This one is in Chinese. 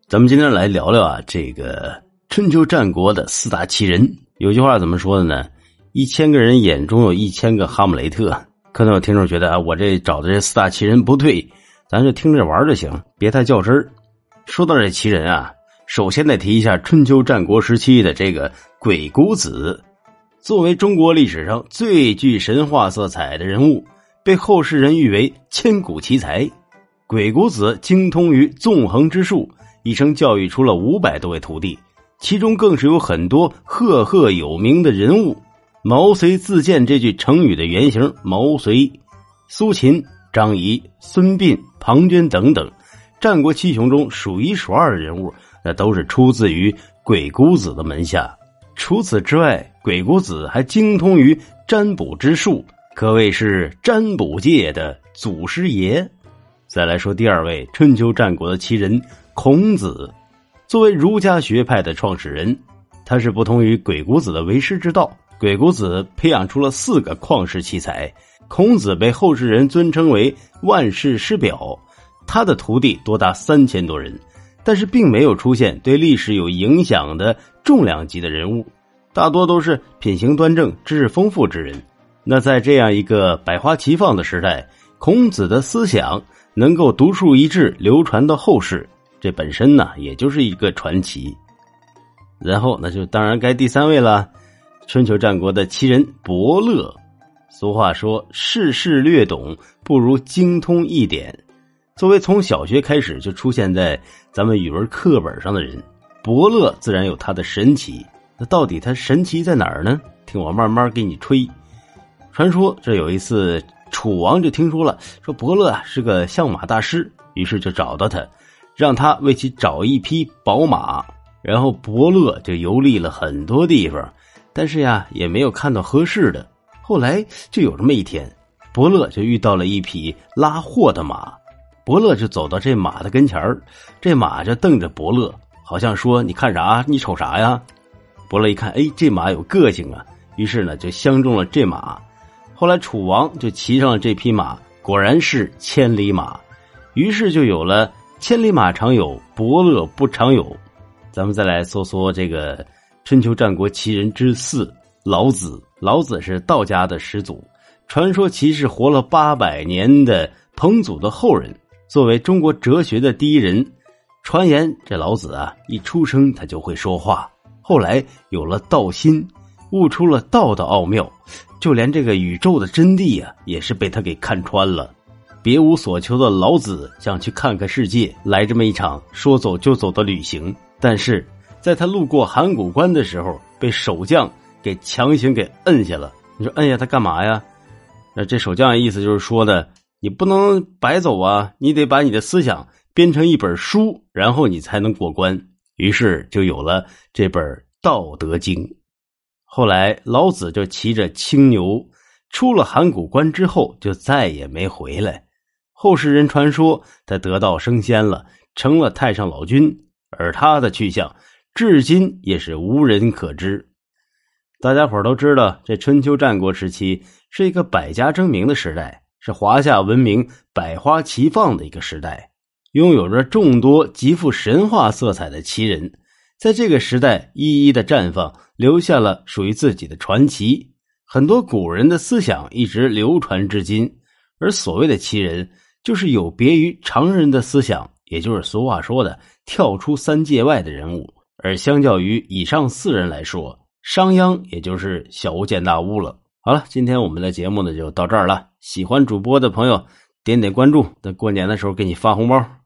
咱们今天来聊聊啊，这个春秋战国的四大奇人。有句话怎么说的呢？1000个人眼中有1000个哈姆雷特。可能有听众觉得啊，我这找的这四大奇人不对，咱就听着玩就行，别太较真儿。说到这奇人啊，首先得提一下春秋战国时期的这个鬼谷子。作为中国历史上最具神话色彩的人物，被后世人誉为千古奇才。鬼谷子精通于纵横之术，一生教育出了500多位徒弟，其中更是有很多赫赫有名的人物。毛遂自荐这句成语的原型毛遂，苏秦、张仪、孙膑、庞涓等等战国七雄中数一数二的人物，那都是出自于鬼谷子的门下。除此之外，鬼谷子还精通于占卜之术，可谓是占卜界的祖师爷。再来说第二位春秋战国的奇人孔子。作为儒家学派的创始人，他是不同于鬼谷子的为师之道。鬼谷子培养出了4个旷世奇才，孔子被后世人尊称为万世师表。他的徒弟多达3000多人，但是并没有出现对历史有影响的重量级的人物，大多都是品行端正、知识丰富之人。那在这样一个百花齐放的时代，孔子的思想能够独树一帜流传到后世，这本身呢也就是一个传奇。然后那就当然该第3位了，春秋战国的奇人伯乐。俗话说事事略懂不如精通一点。作为从小学开始就出现在咱们语文课本上的人，伯乐自然有他的神奇。那到底他神奇在哪儿呢？听我慢慢给你吹。传说这有一次楚王就听说了，说伯乐是个相马大师，于是就找到他，让他为其找一匹宝马。然后伯乐就游历了很多地方，但是呀也没有看到合适的。后来就有这么一天，伯乐就遇到了一匹拉货的马。伯乐就走到这马的跟前儿，这马就瞪着伯乐，好像说你看啥，你瞅啥呀。伯乐一看，这马有个性啊，于是呢就相中了这马。后来楚王就骑上了这匹马，果然是千里马，于是就有了千里马常有，伯乐不常有。咱们再来说说这个春秋战国奇人之4，老子。老子是道家的始祖，传说其是活了800年的彭祖的后人。作为中国哲学的第一人，传言这老子啊一出生他就会说话，后来有了道心，悟出了道的奥妙，就连这个宇宙的真谛啊也是被他给看穿了。别无所求的老子想去看看世界，来这么一场说走就走的旅行。但是在他路过函谷关的时候，被守将给强行给摁下了。你说摁下他干嘛呀？那这守将的意思就是说呢，你不能白走啊，你得把你的思想编成一本书，然后你才能过关。于是就有了这本《道德经》。后来老子就骑着青牛出了函谷关之后，就再也没回来。后世人传说他得道升仙了，成了太上老君，而他的去向至今也是无人可知。大家伙都知道，这春秋战国时期是一个百家争鸣的时代，是华夏文明百花齐放的一个时代，拥有着众多极富神话色彩的奇人，在这个时代一一的绽放，留下了属于自己的传奇。很多古人的思想一直流传至今，而所谓的奇人就是有别于常人的思想，也就是俗话说的跳出3界外的人物。而相较于以上4人来说，商鞅也就是小巫见大巫了。好了，今天我们的节目呢就到这儿了。喜欢主播的朋友点点关注，等过年的时候给你发红包。